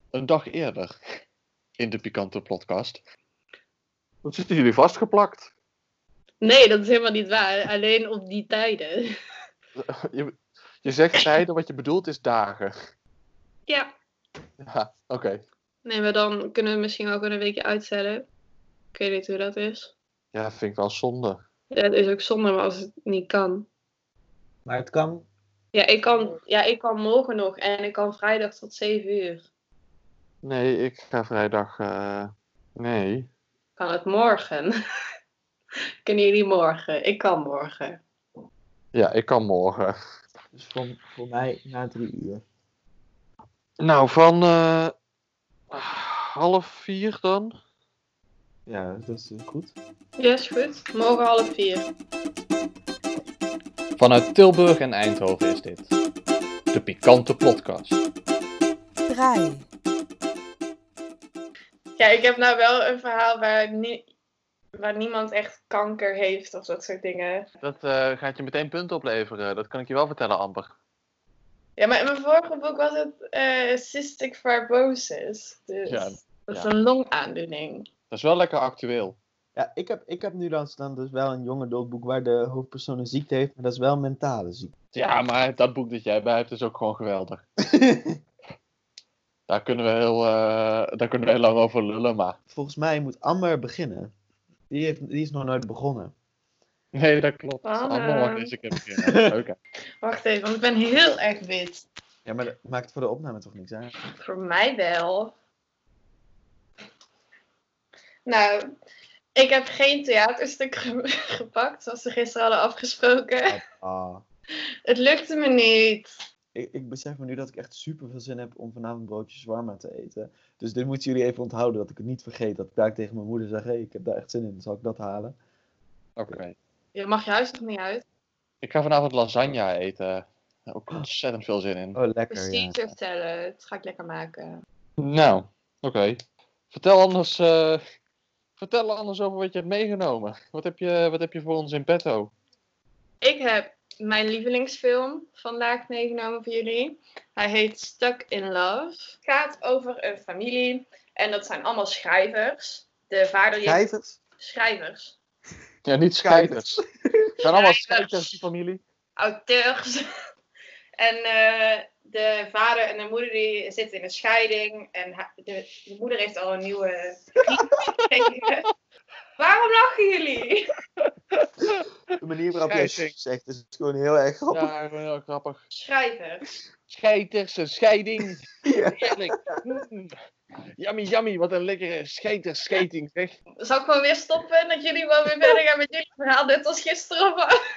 een dag eerder in de Pikante Podcast. Dan zitten jullie vastgeplakt. Nee, dat is helemaal niet waar. Alleen op die tijden. Je zegt tijden, wat je bedoelt is dagen. Ja. Ja, oké. Nee, maar dan kunnen we misschien wel gewoon een weekje uitstellen. Ik weet niet hoe dat is. Ja, vind ik wel zonde. Ja, het is ook zonde als het niet kan. Maar het kan. Ja, ik kan morgen nog en ik kan vrijdag tot 7 uur. Nee, ik ga vrijdag... Nee. Kan het morgen? Kunnen jullie morgen? Ik kan morgen. Ja, ik kan morgen. Dus voor mij na 3 uur. Nou, van 3:30 dan? Ja, dat is goed. Ja, is goed. Morgen 3:30. Vanuit Tilburg en Eindhoven is dit. De Pikante Podcast. 3. Ja, ik heb nou wel een verhaal waar niemand echt kanker heeft of dat soort dingen. Dat gaat je meteen punten opleveren. Dat kan ik je wel vertellen, Amber. Ja, maar in mijn vorige boek was het cystic fibrosis. Dus Ja, dat is ja. een longaandoening. Dat is wel lekker actueel. Ja, ik heb nu dan dus wel een young adult boek waar de hoofdpersoon een ziekte heeft, maar dat is wel een mentale ziekte. Ja, maar dat boek dat jij bij hebt is ook gewoon geweldig. Daar kunnen we heel lang over lullen, maar... Volgens mij moet Amber beginnen. Die is nog nooit begonnen. Nee, dat klopt. Spannend. Allemaal mag deze keer beginnen. Leuk, hè? Wacht even, want ik ben heel erg wit. Ja, maar dat maakt voor de opname toch niks uit? Voor mij wel. Nou, ik heb geen theaterstuk gepakt, zoals we gisteren hadden afgesproken. Ah. Het lukte me niet. Ik besef me nu dat ik echt super veel zin heb om vanavond broodjes shawarma te eten. Dus dit moeten jullie even onthouden, dat ik het niet vergeet. Dat ik daar tegen mijn moeder zeg, hey, ik heb daar echt zin in. Zal ik dat halen? Oké. Je mag je huis nog niet uit. Ik ga vanavond lasagne eten. Ook ontzettend veel zin in. Oh, lekker, Precies ja. vertellen. Dat ga ik lekker maken. Nou, oké. Vertel anders over wat je hebt meegenomen. Wat heb je voor ons in petto? Ik heb mijn lievelingsfilm vandaag meegenomen voor jullie. Hij heet Stuck in Love. Het gaat over een familie. En dat zijn allemaal schrijvers. De vader... Schrijvers? Schrijvers. Ja, niet scheiders. Het zijn allemaal scheiders, die familie. Auteurs. En de vader en de moeder die zitten in een scheiding. En de moeder heeft al een nieuwe vriend gekregen. Waarom lachen jullie? De manier waarop jij zegt is gewoon heel erg grappig. Ja, heel grappig. Schrijvers. Scheiders, een scheiding. Ja. Heerlijk. Yummy, wat een lekkere scheiding, zeg. Zal ik gewoon weer stoppen? Dat jullie wel weer verder gaan met jullie verhaal, net als gisteren?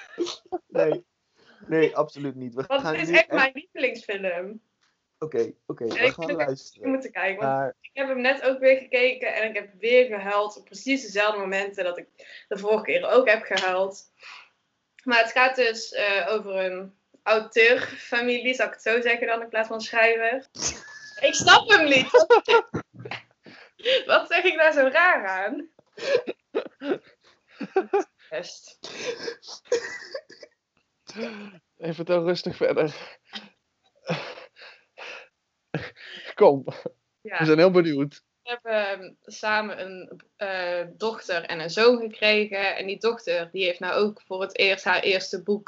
Nee, absoluut niet. We Want gaan het is nu echt mijn lievelingsfilm. Oké, En we ik gaan vind het luisteren. moeten kijken. Want Maar ik heb hem net ook weer gekeken en ik heb weer gehuild op precies dezelfde momenten dat ik de vorige keer ook heb gehuild. Maar het gaat dus over een auteurfamilie, zou ik het zo zeggen dan in plaats van schrijver. Ik snap hem niet. Wat zeg ik daar zo raar aan? Best. Even vertel rustig verder. Kom, Ja. we zijn heel benieuwd. We hebben samen een dochter en een zoon gekregen. En die dochter die heeft nou ook voor het eerst haar eerste boek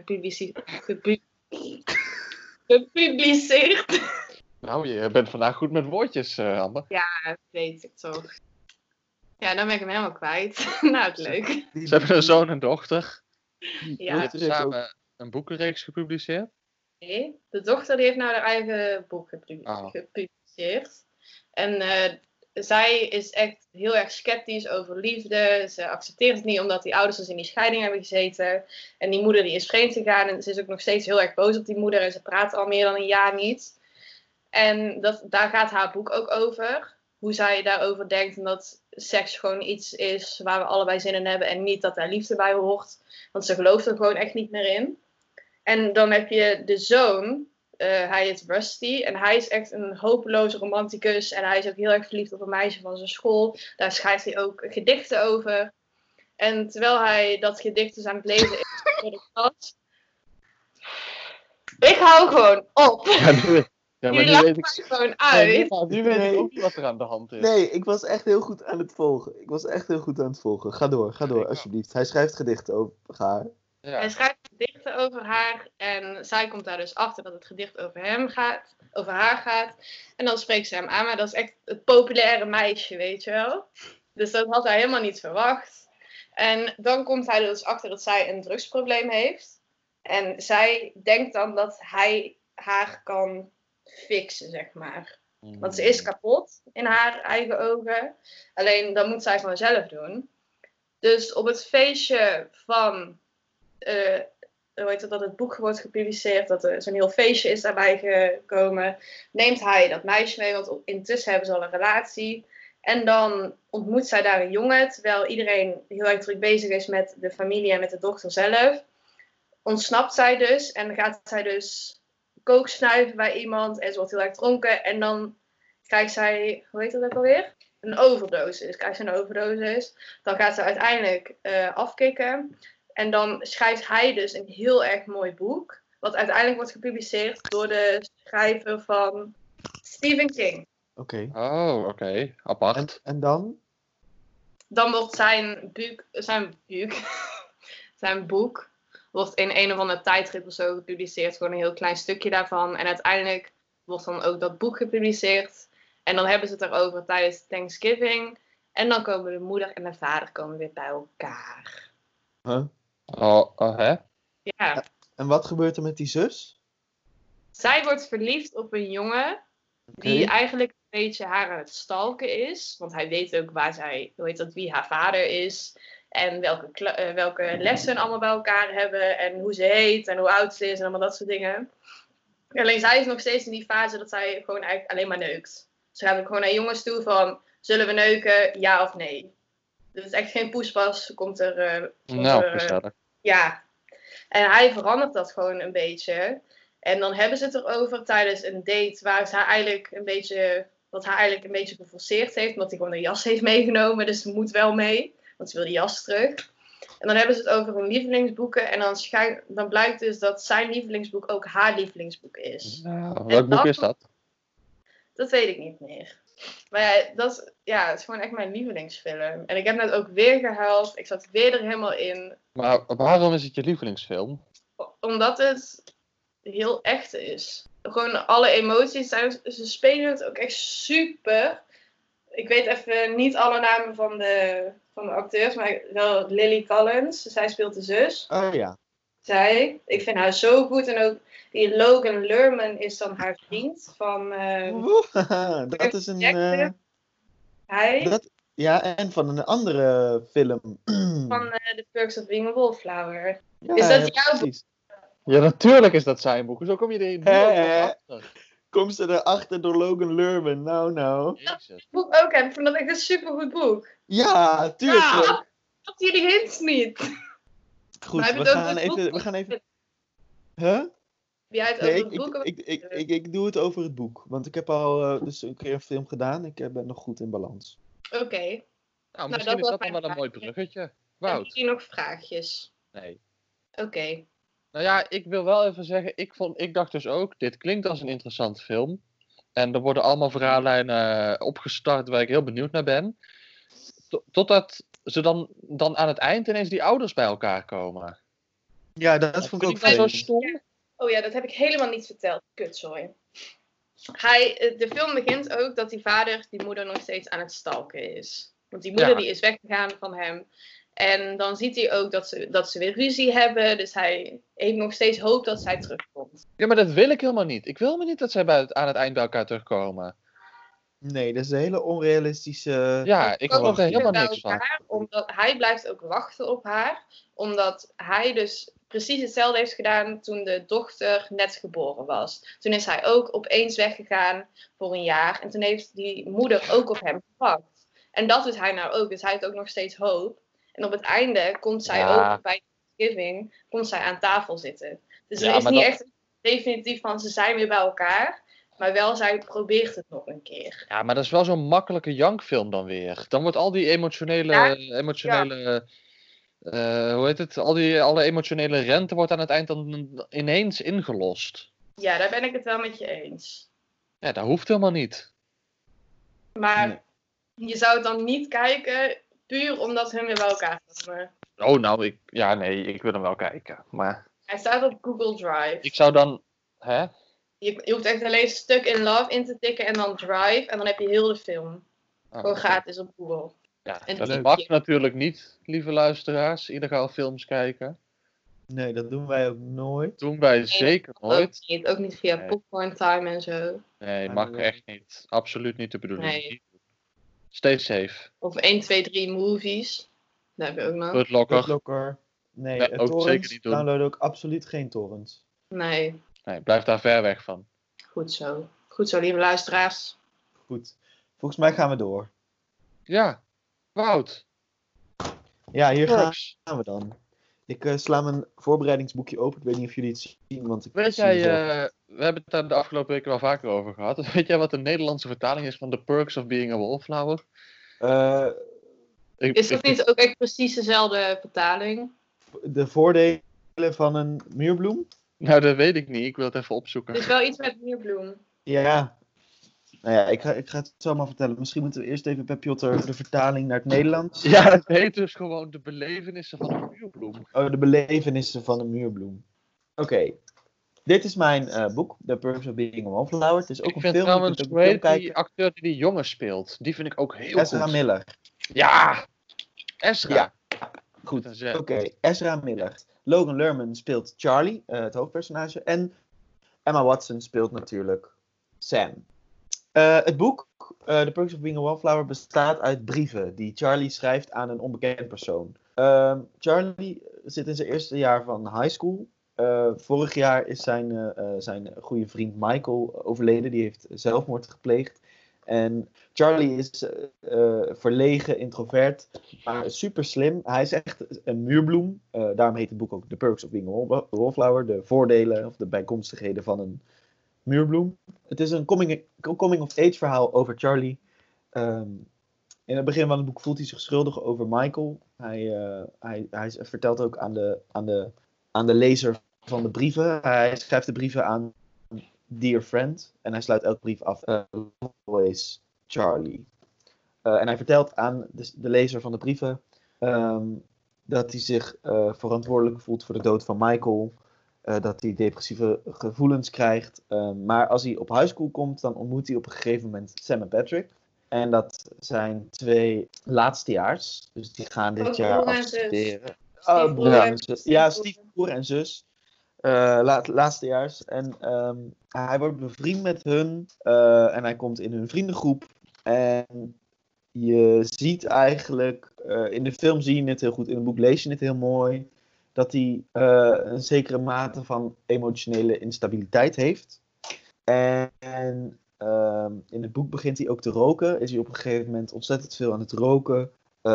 gepubliceerd. Nou, je bent vandaag goed met woordjes, Amber. Ja, dat weet ik toch. Ja, dan ben ik hem helemaal kwijt. Nou, het leuk. Ze hebben een zoon en dochter. Ja. Die hebben samen een boekenreeks gepubliceerd. Nee, de dochter die heeft nou haar eigen boek gepubliceerd. En zij is echt heel erg sceptisch over liefde. Ze accepteert het niet omdat die ouders dus in die scheiding hebben gezeten. En die moeder die is vreemd gegaan. En ze is ook nog steeds heel erg boos op die moeder. En ze praten al meer dan een jaar niet. En daar gaat haar boek ook over. Hoe zij daarover denkt. En dat seks gewoon iets is waar we allebei zin in hebben. En niet dat daar liefde bij hoort. Want ze gelooft er gewoon echt niet meer in. En dan heb je de zoon. Hij is Rusty. En hij is echt een hopeloze romanticus. En hij is ook heel erg verliefd op een meisje van zijn school. Daar schrijft hij ook gedichten over. En terwijl hij dat gedicht dus aan het lezen is voor de klas. Ik hou gewoon op. Ja, Ja, maar Jullie nu lachen weet mij ik... gewoon uit. Nee, nu weet Nee. ik ook niet wat er aan de hand is. Nee, ik was echt heel goed aan het volgen. Ga door, ook. alsjeblieft. Hij schrijft gedichten over haar. Ja. Hij schrijft gedichten over haar en zij komt daar dus achter dat het gedicht over haar gaat. En dan spreekt ze hem aan, maar dat is echt het populaire meisje, weet je wel. Dus dat had hij helemaal niet verwacht. En dan komt hij er dus achter dat zij een drugsprobleem heeft. En zij denkt dan dat hij haar kan fixen, zeg maar. Want ze is kapot in haar eigen ogen. Alleen dat moet zij gewoon zelf doen. Dus op het feestje van... hoe heet het, dat het boek wordt gepubliceerd, dat er zo'n heel feestje is daarbij gekomen, neemt hij dat meisje mee, want intussen hebben ze al een relatie. En dan ontmoet zij daar een jongen, terwijl iedereen heel erg druk bezig is met de familie en met de dochter zelf. Ontsnapt zij dus en dan gaat zij dus kook snuiven bij iemand en ze wordt heel erg dronken. En dan krijgt zij, hoe heet dat ook alweer? Een overdosis. Krijgt ze een overdosis. Dan gaat ze uiteindelijk afkicken. En dan schrijft hij dus een heel erg mooi boek. Wat uiteindelijk wordt gepubliceerd door de schrijver van Stephen King. Oké. Oh, oké. Apart. En dan? Dan wordt zijn boek wordt in een of andere tijdschrift of zo gepubliceerd. Gewoon een heel klein stukje daarvan. En uiteindelijk wordt dan ook dat boek gepubliceerd. En dan hebben ze het erover tijdens Thanksgiving. En dan komen de moeder en de vader komen weer bij elkaar. Huh? Oh, hè? Ja. En wat gebeurt er met die zus? Zij wordt verliefd op een jongen die eigenlijk een beetje haar aan het stalken is. Want hij weet ook wie haar vader is. En welke lessen allemaal bij elkaar hebben. En hoe ze heet en hoe oud ze is en allemaal dat soort dingen. Alleen zij is nog steeds in die fase dat zij gewoon eigenlijk alleen maar neukt. Ze gaat ook gewoon naar jongens toe van, zullen we neuken, ja of nee? Dus het is echt geen poespas. Gezellig. Ja. En hij verandert dat gewoon een beetje. En dan hebben ze het erover tijdens een date waar ze haar eigenlijk een beetje geforceerd heeft. Omdat hij gewoon een jas heeft meegenomen. Dus ze moet wel mee. Want ze wil die jas terug. En dan hebben ze het over hun lievelingsboeken. En dan blijkt dus dat zijn lievelingsboek ook haar lievelingsboek is. Nou, welk boek is dat? Dat weet ik niet meer. Maar het is gewoon echt mijn lievelingsfilm. En ik heb net ook weer gehuild. Ik zat weer er helemaal in. Maar waarom is het je lievelingsfilm? Omdat het heel echt is. Gewoon alle emoties. Ze spelen het ook echt super. Ik weet even niet alle namen van de acteurs. Maar wel Lily Collins. Zij speelt de zus. Oh ja. Ik vind haar zo goed. En ook die Logan Lerman is dan haar vriend. Van... dat is een... Ja, en van een andere film. Van The Perks of Being a Wallflower. Ja, is dat jouw boek? precies. Ja, natuurlijk is dat zijn boek. Zo kom je er nu achter. Kom ze erachter door Logan Lerman. Nou. Dat boek ook heb. Ik vond dat echt een supergoed boek. Ja, tuurlijk. Ja, had jullie hints niet. Goed, we gaan even... Huh? Heb jij het Nee, over het boek? ik doe het over het boek. Want ik heb al dus een keer een film gedaan. Ik ben nog goed in balans. Oké. Nou, misschien is dat dan wel een mooi bruggetje. Wout. Heb je nog vraagjes? Nee. Oké. Nou ja, ik wil wel even zeggen, ik dacht dus ook, dit klinkt als een interessante film. En er worden allemaal verhaallijnen opgestart waar ik heel benieuwd naar ben. Totdat ze dan aan het eind ineens die ouders bij elkaar komen. Ja, dat vond ik ook zo stom. Oh ja, dat heb ik helemaal niet verteld. Kut, sorry. De film begint ook dat die vader die moeder nog steeds aan het stalken is. Want die moeder die is weggegaan van hem. En dan ziet hij ook dat ze weer ruzie hebben. Dus hij heeft nog steeds hoop dat zij terugkomt. Ja, maar dat wil ik helemaal niet. Ik wil helemaal niet dat zij aan het eind bij elkaar terugkomen. Nee, dat is een hele onrealistische... Ja, ik geloof er helemaal niks van. Omdat hij blijft ook wachten op haar. Omdat hij dus precies hetzelfde heeft gedaan toen de dochter net geboren was. Toen is hij ook opeens weggegaan voor een jaar. En toen heeft die moeder ook op hem gewacht. En dat doet hij nou ook. Dus hij heeft ook nog steeds hoop. En op het einde komt zij ook bij Thanksgiving aan tafel zitten. Dus er is niet echt definitief van ze zijn weer bij elkaar. Maar wel, zij probeert het nog een keer. Ja, maar dat is wel zo'n makkelijke jankfilm dan weer. Dan wordt al die emotionele hoe heet het? Alle emotionele rente wordt aan het eind dan ineens ingelost. Ja, daar ben ik het wel met je eens. Ja, dat hoeft helemaal niet. Maar Nee. je zou het dan niet kijken puur omdat hun weer bij elkaar komen. Oh, nou, ik wil hem wel kijken. Maar Hij staat op Google Drive. ik zou dan... Hè? Je hoeft echt alleen Stuck in Love in te tikken en dan Drive. En dan heb je heel de film. Oh, Gewoon gratis op Google. ja, En dat die- mag natuurlijk niet, lieve luisteraars. Illegaal films kijken. Nee, dat doen wij ook nooit. Doen wij zeker nooit. Ook niet via Nee. Popcorn Time en zo. Nee, Ja, mag dat- echt niet. Absoluut niet de bedoeling. Nee. Stay safe. Of 1, 2, 3 movies. Dat heb je ook nog. Putlocker. BitLocker. Nee, Ja, ook torrents. zeker niet doen. Download ook absoluut geen torrents. Nee, Nee, blijf daar ver weg van. goed zo. Goed zo, lieve luisteraars. Goed. Volgens mij gaan we door. Ja, Wout. Ja, hier Perks. gaan we dan. Ik sla mijn voorbereidingsboekje open. Ik weet niet of jullie het zien, want ik Weet zie jij, mezelf. we hebben het daar de afgelopen weken wel vaker over gehad. Weet jij wat de Nederlandse vertaling is van The Perks of Being a Wallflower? Is dat niet ook echt precies dezelfde vertaling? De voordelen van een muurbloem? Nou, dat weet ik niet. Ik wil het even opzoeken. Het is wel iets met muurbloem. Ja. Nou ja, ik ga het zo maar vertellen. Misschien moeten we eerst even bij Piotr de vertaling naar het Nederlands. Ja, het heet dus gewoon De Belevenissen van een Muurbloem. Oh, de belevenissen van een muurbloem. Oké. Dit is mijn boek, The Perks of Being a Wallflower. Het is ook Ik een vind film. trouwens, Je kunt ook hoe een film heet die kijken. acteur die die jongen speelt? Die vind ik ook heel Ezra goed. Miller. Ja! Ezra. Ja. Goed en zet. Oké, Ezra Miller. Logan Lerman speelt Charlie, het hoofdpersonage. En Emma Watson speelt natuurlijk Sam. Het boek, The Perks of Being a Wallflower, bestaat uit brieven die Charlie schrijft aan een onbekend persoon. Charlie zit in zijn eerste jaar van high school. Vorig jaar is zijn goede vriend Michael overleden. Die heeft zelfmoord gepleegd. En Charlie is verlegen, introvert, maar super slim. Hij is echt een muurbloem. Daarom heet het boek ook The Perks of Being a Wallflower. De voordelen of de bijkomstigheden van een muurbloem. Het is een coming-of-age verhaal over Charlie. In het begin van het boek voelt hij zich schuldig over Michael. Hij vertelt ook aan de lezer van de brieven. Hij schrijft de brieven aan Dear Friend. En hij sluit elke brief af. Always Charlie. En hij vertelt aan de lezer van de brieven dat hij zich verantwoordelijk voelt voor de dood van Michael. Dat hij depressieve gevoelens krijgt. Maar als hij op high school komt, dan ontmoet hij op een gegeven moment Sam en Patrick. En dat zijn 2 laatstejaars. Dus die gaan dit jaar broer en zus. afstuderen. Stiefbroer en zus. Ja, stiefbroer en zus. Laatstejaars. En hij wordt bevriend met hun. En hij komt in hun vriendengroep. En je ziet eigenlijk... in de film zie je het heel goed. In het boek lees je het heel mooi. Dat hij een zekere mate van emotionele instabiliteit heeft. En in het boek begint hij ook te roken. Is hij op een gegeven moment ontzettend veel aan het roken.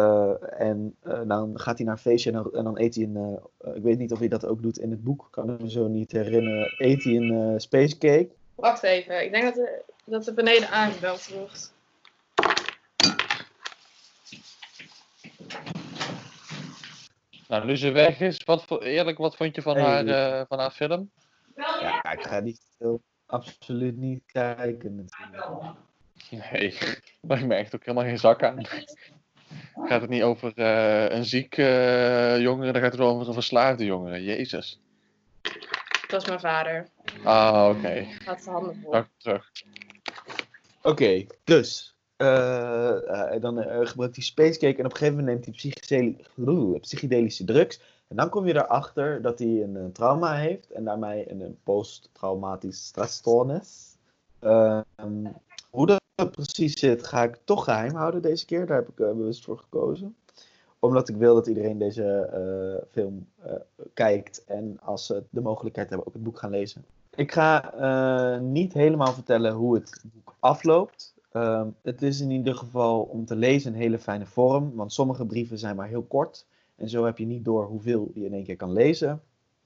Dan gaat hij naar een feestje en dan eet hij een... ik weet niet of hij dat ook doet in het boek. Kan ik me zo niet herinneren. Eet hij een space cake. Wacht even, ik denk dat er beneden aangebeld wordt. Nou, nu ze weg is, wat vond je van, Hey. van haar film? Ja, ik ga die film absoluut niet kijken natuurlijk. Nee, daar me echt ook helemaal geen zak aan. Gaat het niet over een ziek jongere, dan gaat het wel over een verslaafde jongere. Jezus. Dat is mijn vader. Ah, oké. Gaat zijn handen vol. Dag terug. Oké, dus. Dan gebruikt hij spacecake en op een gegeven moment neemt hij psychedelische drugs. En dan kom je erachter dat hij een trauma heeft en daarmee een posttraumatisch stressstoornis. Hoe dat precies zit, ga ik toch geheim houden deze keer. Daar heb ik bewust voor gekozen. Omdat ik wil dat iedereen deze film kijkt en als ze de mogelijkheid hebben ook het boek gaan lezen. Ik ga niet helemaal vertellen hoe het boek afloopt. Het is in ieder geval om te lezen een hele fijne vorm, want sommige brieven zijn maar heel kort. En zo heb je niet door hoeveel je in één keer kan lezen.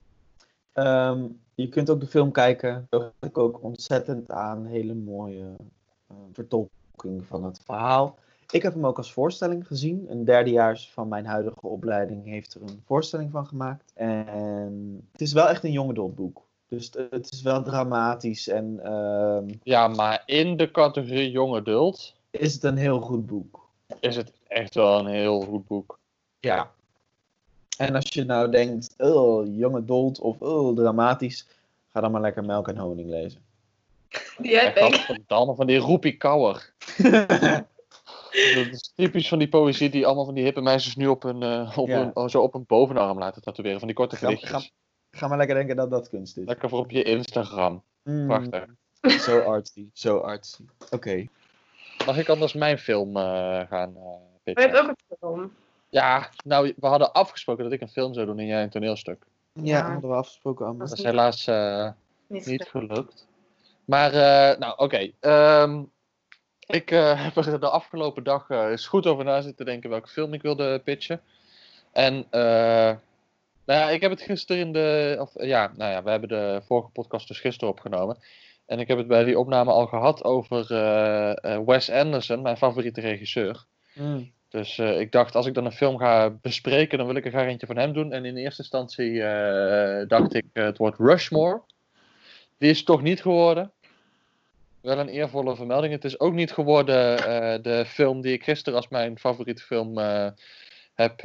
Je kunt ook de film kijken. Daar heb ik ook ontzettend aan. Hele mooie vertolking van het verhaal. Ik heb hem ook als voorstelling gezien. Een derdejaars van mijn huidige opleiding heeft er een voorstelling van gemaakt. En het is wel echt een young adult boek. Dus het is wel dramatisch en Ja, maar in de categorie young adult is het een heel goed boek. is het echt wel een heel goed boek. Ja. En als je nou denkt, young adult of dramatisch, ga dan maar lekker Melk en Honing lezen. Die heb ik. Verdamme van die Roepie Kauer. Dat is typisch van die poëzie die allemaal van die hippe meisjes nu op een bovenarm laten tatoeëren. Van die korte gedichtjes. Ga maar lekker denken dat dat kunst is. Lekker voor op je Instagram. Prachtig. Zo artsy, zo artsy. Oké. Mag ik anders mijn film gaan Maar pitchen? je hebt ook een film. Ja, nou, we hadden afgesproken dat ik een film zou doen en jij een toneelstuk. Ja, hadden we afgesproken allemaal. Dat is helaas niet gelukt. Maar, nou, oké. Ik heb er de afgelopen dag eens goed over na zitten denken welke film ik wilde pitchen. En, nou ja, ik heb het gisteren we hebben de vorige podcast dus gisteren opgenomen. En ik heb het bij die opname al gehad over Wes Anderson, mijn favoriete regisseur. Dus ik dacht, als ik dan een film ga bespreken, dan wil ik er graag eentje van hem doen. En in eerste instantie dacht ik, het wordt Rushmore. Die is toch niet geworden. Wel een eervolle vermelding. Het is ook niet geworden de film die ik gisteren als mijn favoriete film heb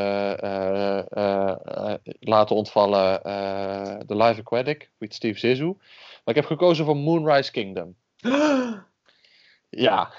laten ontvallen. The Life Aquatic, met Steve Zissou. Maar ik heb gekozen voor Moonrise Kingdom. Ja.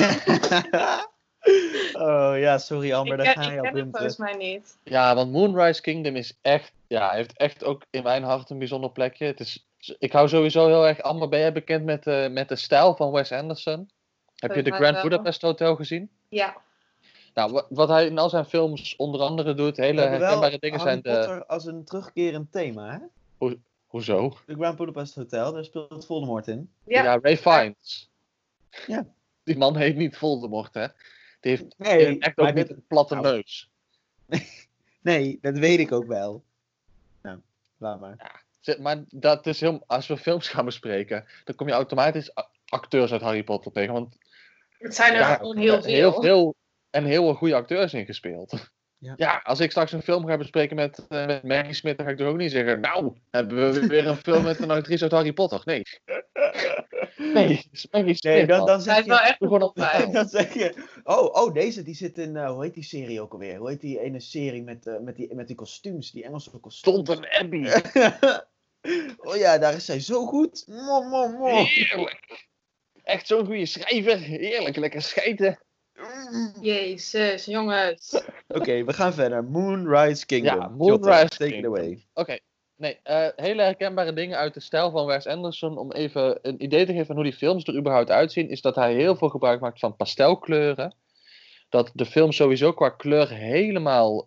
Oh ja, sorry Amber, daar ga je Ik op ken hem volgens mij niet. Ja, want Moonrise Kingdom is echt, ja, heeft echt ook in mijn hart een bijzonder plekje. Het is, ik hou sowieso heel erg, Amber, ben jij bekend met de stijl van Wes Anderson? Heb je de Grand Budapest Hotel gezien? Ja. Nou, wat hij in al zijn films onder andere doet, hele herkenbare dingen zijn Harry Potter als een terugkerend thema, hè? Hoezo? De Grand Budapest Hotel, daar speelt Voldemort in. Ja, Ray Fiennes. Ja. Die man heet niet Voldemort, hè? Die heeft echt ook niet een platte neus. Nee, dat weet ik ook wel. Nou, laat maar. Ja, maar dat is als we films gaan bespreken, dan kom je automatisch acteurs uit Harry Potter tegen. Want Het zijn er gewoon heel veel. Heel veel en heel goede acteurs ingespeeld. Ja. Ja, als ik straks een film ga bespreken met Maggie Smith, dan ga ik toch ook niet zeggen, nou, hebben we weer een film met een actrice uit Harry Potter. Nee. Nee, Maggie Smith. Nee, dan zeg hij is je... wel echt gewoon op Dan zeg je... deze die zit in... hoe heet die serie ook alweer? Hoe heet die ene serie met die kostuums? Die Engelse kostuums. Downton Abbey. Oh ja, daar is zij zo goed. Heerlijk. Echt zo'n goede schrijver. Heerlijk, lekker schijten. Jezus, jongens. Oké, we gaan verder. Moonrise Kingdom. Ja, Moonrise Take Kingdom. it away. Oké. Nee, hele herkenbare dingen uit de stijl van Wes Anderson. Om even een idee te geven van hoe die films er überhaupt uitzien, is dat hij heel veel gebruik maakt van pastelkleuren. Dat de films sowieso qua kleur helemaal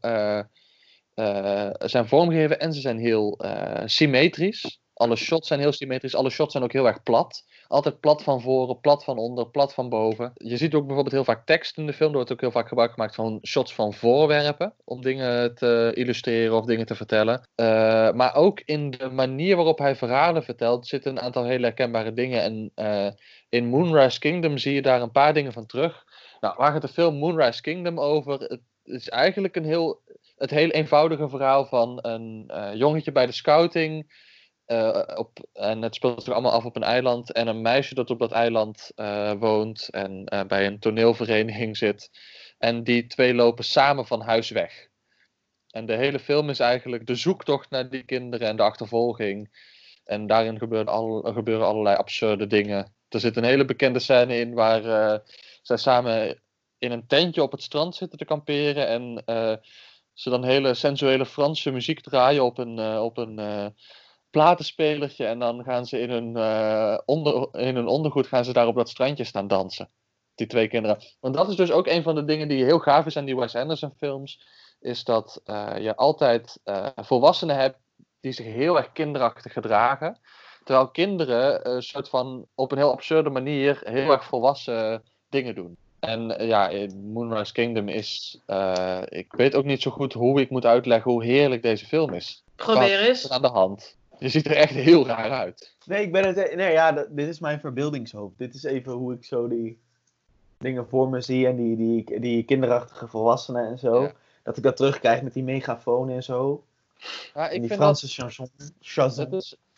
zijn vormgegeven en ze zijn heel symmetrisch. Alle shots zijn heel symmetrisch, alle shots zijn ook heel erg plat. Altijd plat van voren, plat van onder, plat van boven. Je ziet ook bijvoorbeeld heel vaak tekst in de film. Er wordt ook heel vaak gebruik gemaakt van shots van voorwerpen. Om dingen te illustreren of dingen te vertellen. Maar ook in de manier waarop hij verhalen vertelt zitten een aantal hele herkenbare dingen. En in Moonrise Kingdom zie je daar een paar dingen van terug. Nou, waar gaat de film Moonrise Kingdom over? Het is eigenlijk het heel eenvoudige verhaal van een jongetje bij de scouting. En het speelt zich allemaal af op een eiland. En een meisje dat op dat eiland woont. En bij een toneelvereniging zit. En die twee lopen samen van huis weg. En de hele film is eigenlijk de zoektocht naar die kinderen en de achtervolging. En daarin gebeuren allerlei absurde dingen. Er zit een hele bekende scène in waar zij samen in een tentje op het strand zitten te kamperen. En ze dan hele sensuele Franse muziek draaien op een platenspelertje. En dan gaan ze in hun ondergoed gaan ze daar op dat strandje staan dansen. Die twee kinderen. Want dat is dus ook een van de dingen die heel gaaf is aan die Wes Anderson films. Is dat je altijd volwassenen hebt die zich heel erg kinderachtig gedragen. Terwijl kinderen soort van op een heel absurde manier heel erg volwassen dingen doen. En in Moonrise Kingdom is... ik weet ook niet zo goed hoe ik moet uitleggen hoe heerlijk deze film is. Probeer eens. Aan de hand. Je ziet er echt heel raar uit. Nee, dit is mijn verbeeldingshoofd. Dit is even hoe ik zo die dingen voor me zie. En die kinderachtige volwassenen en zo. Ja. Dat ik dat terugkrijg met die megafoon en zo. Ja, en die Franse chanson.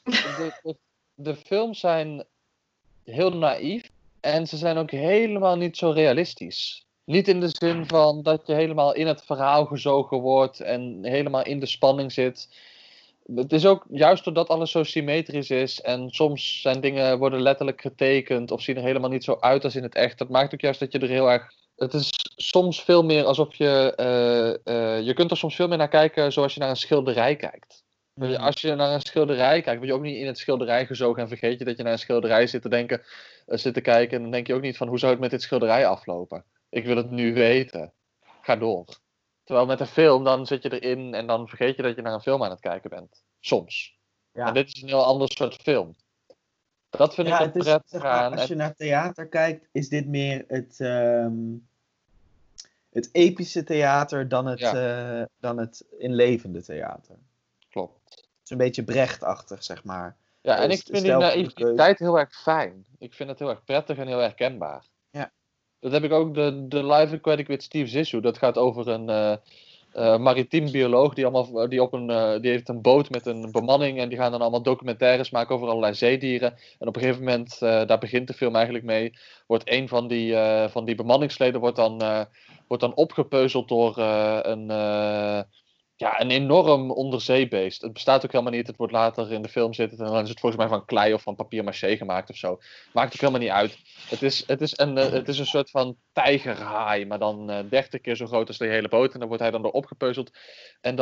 de films zijn heel naïef en ze zijn ook helemaal niet zo realistisch. Niet in de zin van dat je helemaal in het verhaal gezogen wordt en helemaal in de spanning zit. Het is ook juist doordat alles zo symmetrisch is en soms zijn dingen worden letterlijk getekend of zien er helemaal niet zo uit als in het echt. Dat maakt ook juist dat je er heel erg... Het is soms veel meer alsof je... je kunt er soms veel meer naar kijken zoals je naar een schilderij kijkt. Als je naar een schilderij kijkt, word je ook niet in het schilderij gezogen en vergeet je dat je naar een schilderij zit te kijken en dan denk je ook niet van hoe zou het met dit schilderij aflopen? Ik wil het nu weten. Ga door. Terwijl met een film, dan zit je erin en dan vergeet je dat je naar een film aan het kijken bent. Soms. Ja. En dit is een heel ander soort film. Dat vind ik Ja, een het is, prettig zeg maar, aan. als je naar theater kijkt, is dit meer het epische theater dan het inlevende theater. Klopt. Het is een beetje Brecht-achtig, zeg maar. Ja, en ik vind die Stelpende naïviteit heel erg fijn. Ik vind het heel erg prettig en heel herkenbaar. Ja. Dat heb ik ook, de Live Aquatic with Steve Zissou. Dat gaat over een maritiem bioloog die heeft een boot met een bemanning en die gaan dan allemaal documentaires maken over allerlei zeedieren. En op een gegeven moment, daar begint de film eigenlijk mee, wordt een van die bemanningsleden wordt dan opgepeuzeld door een enorm onderzeebeest. Het bestaat ook helemaal niet. Het wordt later in de film zitten en dan is het volgens mij van klei of van papier-mâché gemaakt of zo. Maakt ook helemaal niet uit. Het is een soort van tijgerhaai, maar dan 30 keer zo groot als de hele boot. En dan wordt hij dan door opgepeuzeld. En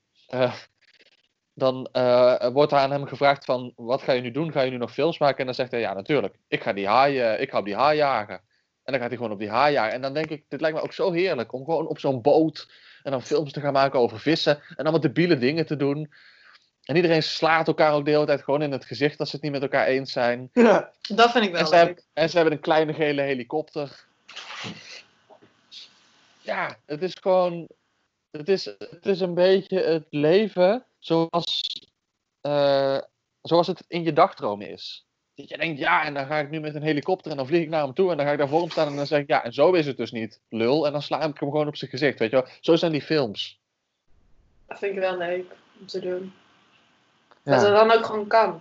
dan wordt er aan hem gevraagd van, wat ga je nu doen? Ga je nu nog films maken? En dan zegt hij, ja natuurlijk, ik ga op die haai jagen. En dan gaat hij gewoon op die haai jagen. En dan denk ik, dit lijkt me ook zo heerlijk om gewoon op zo'n boot en dan films te gaan maken over vissen en allemaal debiele dingen te doen. En iedereen slaat elkaar ook de hele tijd gewoon in het gezicht als ze het niet met elkaar eens zijn. Ja. Dat vind ik wel leuk. En ze hebben een kleine gele helikopter. Ja, het is gewoon... Het is een beetje het leven zoals het in je dagdromen is. Dat je denkt, ja, en dan ga ik nu met een helikopter en dan vlieg ik naar hem toe en dan ga ik daar voor hem staan en dan zeg ik, ja, en zo is het dus niet, lul. En dan sla ik hem gewoon op zijn gezicht, weet je wel. Zo zijn die films. Dat vind ik wel leuk om te doen. Ja. Dat het dan ook gewoon kan.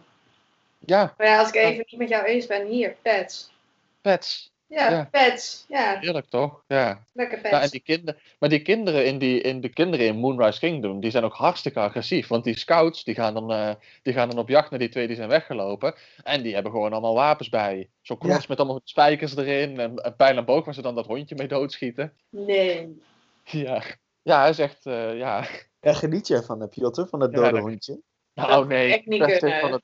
Ja. Maar ja, als ik even niet met jou eens ben, hier, pets. Pets. Ja, pets. Ja. Heerlijk toch? Ja. Lekker pets. Ja, en die kinderen in Moonrise Kingdom, die zijn ook hartstikke agressief. Want die scouts, die gaan dan op jacht naar die twee die zijn weggelopen. En die hebben gewoon allemaal wapens bij. Zo'n klos met allemaal spijkers erin en een pijl en boog waar ze dan dat hondje mee doodschieten. Nee. Ja. Ja, hij zegt, ja. Ja, geniet jij van, Piotr, van dat dode hondje? Nou, nee. Echt niet kunnen.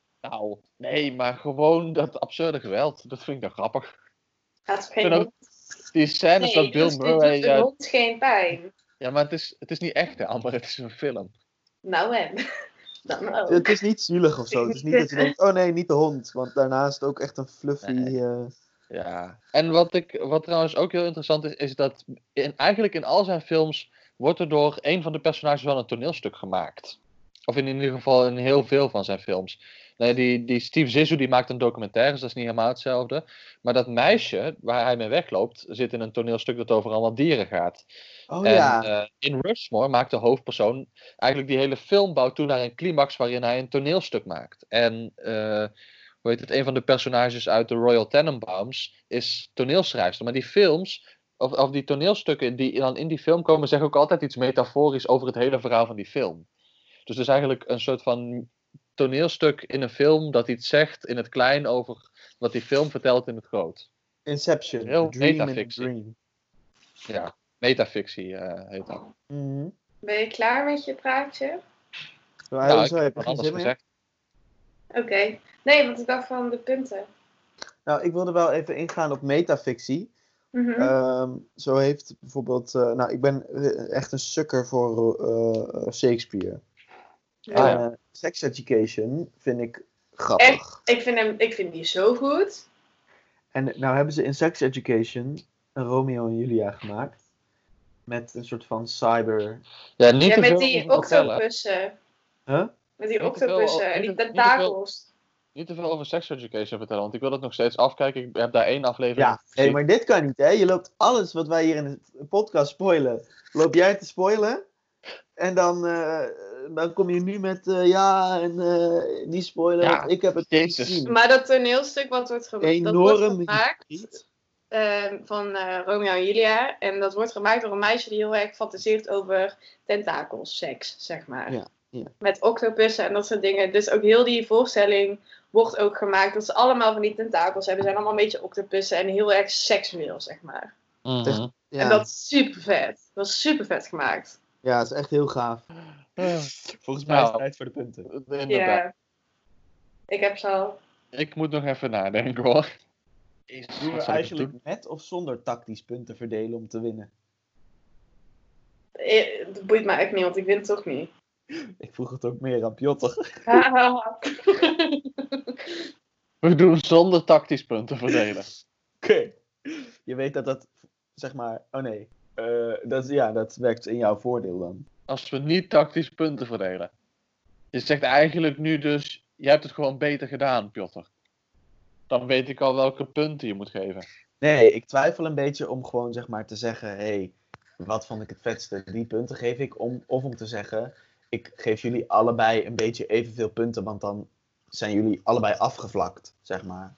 Nee, maar gewoon dat absurde geweld. Dat vind ik dan grappig. Gaat geen hond? Die scènes dat Bill Murray... doet een hond geen pijn. Ja, maar het is niet echt, hè, Amber. Het is een film. Nou en? Dan ook. Het is niet zielig of zo. Het is niet dat je denkt, oh nee, niet de hond. Want daarnaast ook echt een fluffy... Nee. Ja. En wat trouwens ook heel interessant is dat eigenlijk in al zijn films wordt er door een van de personages wel een toneelstuk gemaakt. Of in ieder geval in heel veel van zijn films. Nee, die Steve Zissou die maakt een documentaire, dus dat is niet helemaal hetzelfde. Maar dat meisje waar hij mee wegloopt, zit in een toneelstuk dat over allemaal dieren gaat. Oh ja. In Rushmore maakt de hoofdpersoon eigenlijk die hele film bouwt toe naar een climax waarin hij een toneelstuk maakt. En hoe heet het, een van de personages uit de Royal Tenenbaums is toneelschrijfster. Maar die films, of die toneelstukken die dan in die film komen, zeggen ook altijd iets metaforisch over het hele verhaal van die film. Dus het is eigenlijk een soort van toneelstuk in een film dat iets zegt in het klein over wat die film vertelt in het groot. Inception. Heel Dream metafictie. in a Dream. Ja, metafictie heet dat. Mm-hmm. Ben je klaar met je praatje? Nou, ik heb wat anders gezegd. Oké. Nee, want ik dacht van de punten. Nou, ik wilde wel even ingaan op metafictie. Zo heeft bijvoorbeeld... ik ben echt een sukker voor Shakespeare. Sex Education vind ik grappig. Echt, ik vind die zo goed. En nou hebben ze in Sex Education een Romeo en Julia gemaakt. Met een soort van cyber... Ja, niet met die octopussen. Huh? Met die octopussen en die tentakels. Niet te veel over Sex Education vertellen, want ik wil het nog steeds afkijken. Ik heb daar 1 aflevering. Ja, maar dit kan niet, hè? Je loopt alles wat wij hier in de podcast spoilen, loop jij te spoilen. En dan dan kom je nu met die spoiler, Ja, want ik heb het Jezus. gezien. Maar dat toneelstuk wat wordt dat wordt Enorm gemaakt hypocriet. van Romeo en Julia. En dat wordt gemaakt door een meisje die heel erg fantaseert over tentakelseks, zeg maar. Ja, ja. Met octopussen en dat soort dingen. Dus ook heel die voorstelling wordt ook gemaakt dat ze allemaal van die tentakels hebben. Ze zijn allemaal een beetje octopussen en heel erg seksueel, zeg maar. Mhm. Ja. En dat is super vet. Dat was super vet gemaakt. Ja, het is echt heel gaaf. Volgens mij is het tijd voor de punten. Inderdaad. Ja. Ik heb ze al. Ik moet nog even nadenken hoor. Doen Wat we zal ik eigenlijk doen? met of zonder tactisch punten verdelen om te winnen? Dat boeit mij echt niet, want ik win toch niet. Ik vroeg het ook meer aan Piotr. We doen zonder tactisch punten verdelen. Oké. Je weet dat zeg maar... Oh nee. Dat werkt in jouw voordeel dan. Als we niet tactisch punten verdelen. Je zegt eigenlijk nu dus, je hebt het gewoon beter gedaan, Piotr. Dan weet ik al welke punten je moet geven. Nee, ik twijfel een beetje om gewoon zeg maar te zeggen... Hey, wat vond ik het vetste? Die punten geef ik of om te zeggen... Ik geef jullie allebei een beetje evenveel punten, want dan zijn jullie allebei afgevlakt, zeg maar.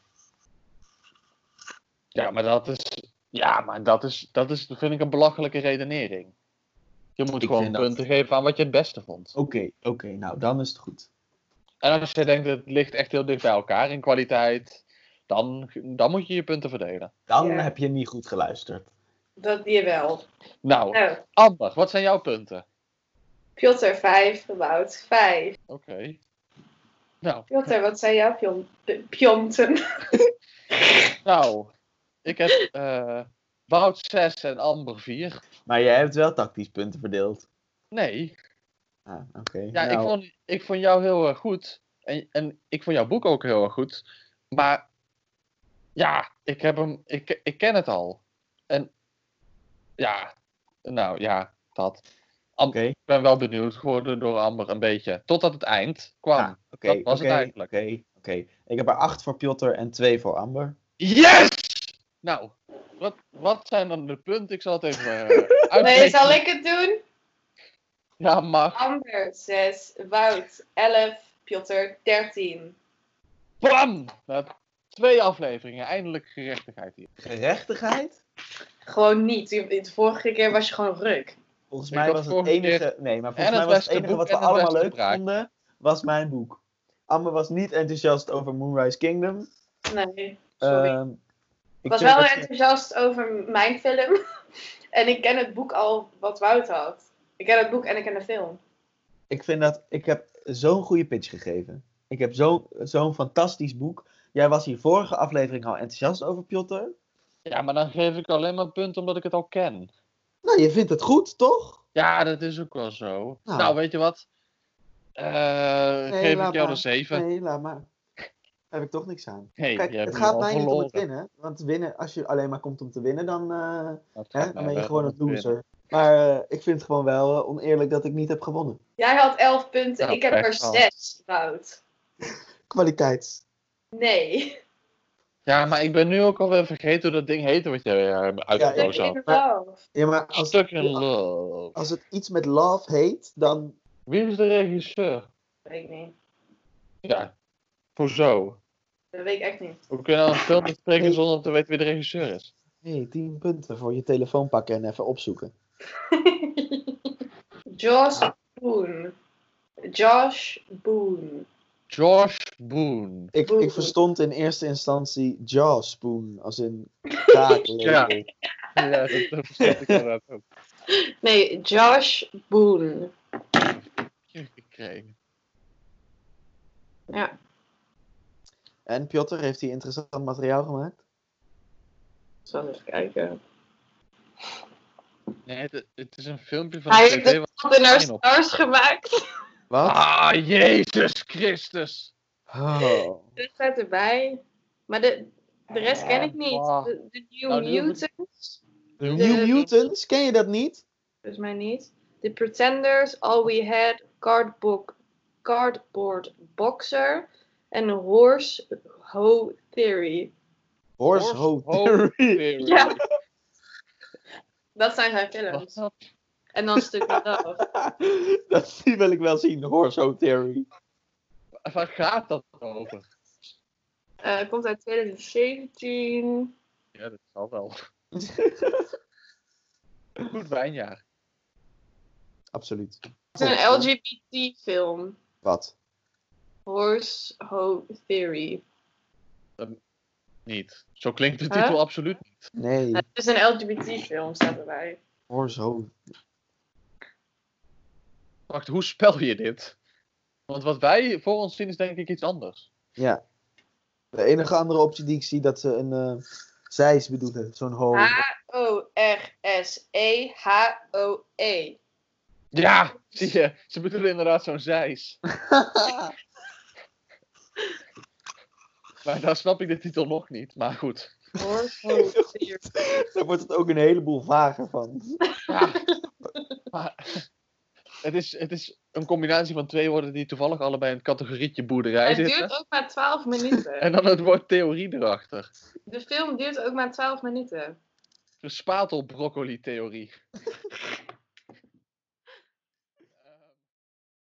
Ja, maar dat vind ik een belachelijke redenering. Je moet Ik gewoon vind dat- punten geven aan wat je het beste vond. Oké, nou dan is het goed. En als je denkt, het ligt echt heel dicht bij elkaar in kwaliteit, dan moet je je punten verdelen. Dan Ja. heb je niet goed geluisterd. Dat die wel. Nou, Nou, Amber, wat zijn jouw punten? Piotr 5, Wout 5. Oké. Nou, Piotr, wat zijn jouw pionten? nou, ik heb Wout 6 en Amber 4. Maar jij hebt wel tactisch punten verdeeld. Nee, Ah, oké. ja, Nou, ik vond jou heel erg goed. En ik vond jouw boek ook heel erg goed. Maar ja, ik ken het al. En ja, nou ja, dat. Oké. Ik ben wel benieuwd geworden door Amber een beetje. Totdat het eind kwam. Ja, oké, dat was het eigenlijk. Oké. Ik heb er 8 voor Piotr en 2 voor Amber. Yes! Nou, wat zijn dan de punten? Ik zal het even uitrekenen. Nee, zal ik het doen? Ja, mag. Amber 6, Wout 11, Piotr 13. Bam! Na 2 afleveringen, eindelijk gerechtigheid hier. Gerechtigheid? Gewoon niet. De vorige keer was je gewoon ruk. Volgens Ik mij had was het vorige enige... Nee, maar en volgens mij het was het beste enige boek wat we en het allemaal beste leuk praatje. vonden, was mijn boek. Amber was niet enthousiast over Moonrise Kingdom. Nee, sorry. Ik Ik was vind wel dat- enthousiast over mijn film. En ik ken het boek al wat Wout had. Ik ken het boek en ik ken de film. Ik vind dat... Ik heb zo'n goede pitch gegeven. Ik heb zo'n fantastisch boek. Jij was hier vorige aflevering al enthousiast over, Piotr. Ja, maar dan geef ik alleen maar punten omdat ik het al ken. Nou, je vindt het goed, toch? Ja, dat is ook wel zo. Nou. Nou, weet je wat? Geef ik jou de 7. Nee, laat maar. Daar heb ik toch niks aan. Hey, Kijk, je hebt het nu gaat al mij niet om het verloren. winnen. Want winnen, als je alleen maar komt om te winnen, dan, Dat hè, gaat dan mij ben je wel gewoon een om te winnen. loser. Maar ik vind het gewoon wel oneerlijk dat ik niet heb gewonnen. Jij had 11 punten. Nou, Ik heb er pech gehad. 6, Wout. Kwaliteits. Nee. Ja, maar ik ben nu ook alweer vergeten hoe dat ding heette wat jij uitgekozen Stuck had. in Love. Ja, maar Stuck in Love. als het iets met love heet, dan... Wie is de regisseur? Weet ik niet. Ja, hoezo? Dat weet ik echt niet. Hoe kun je nou een film bespreken zonder te weten wie de regisseur is? Hey, 10 punten voor je telefoon pakken en even opzoeken. Josh Boone. Josh Boone. Josh Boone. Ik verstond in eerste instantie jawspoon, als in kaaklepel. Ja. Ja, dat verstond ik inderdaad ook. Nee, Josh Boone. Gekregen. Ja. En Piotr, heeft hij interessant materiaal gemaakt? Zal even kijken. Nee, het is een filmpje van Hij de heeft tv. de Fault in Our Fijn op. Stars gemaakt. Wat? Ah, Jezus Christus. Oh. Dit staat erbij. Maar de rest ken ik niet. Wow. De New Nou, nu hoef ik- Mutants. De New Mutants, ken je dat niet? Volgens mij niet. The Pretenders, All We Had, Cardboard Boxer en Horse Ho Theory. Horse Horse Ho Ho Theory. Theory. Ja. Dat zijn zijn films. Wat? En dan stukken eraf. Die wil ik wel zien, Horse Theory. Waar gaat dat over? Komt uit 2017. Ja, dat zal wel. Goed wijnjaar. Absoluut. Het is een LGBT-film. Wat? Horse Theory. Niet. Zo klinkt de titel absoluut niet. Nee. Het is een LGBT-film, staat erbij. Horse. Wacht, hoe spel je dit? Want wat wij voor ons zien is denk ik iets anders. Ja. De enige andere optie die ik zie, dat ze een zeis bedoelen. Zo'n ho. Horsehoe. Ja, zie je. Ze bedoelen inderdaad zo'n zeis. Maar daar snap ik de titel nog niet. Maar goed. Horsehoe Theory. Daar wordt het ook een heleboel vager van. Ja. Maar het is een combinatie van twee woorden die toevallig allebei in het categorietje boerderij Het zitten. duurt ook maar 12 minuten. En dan het woord theorie erachter. De film duurt ook maar 12 minuten. De spatel-broccoli-theorie.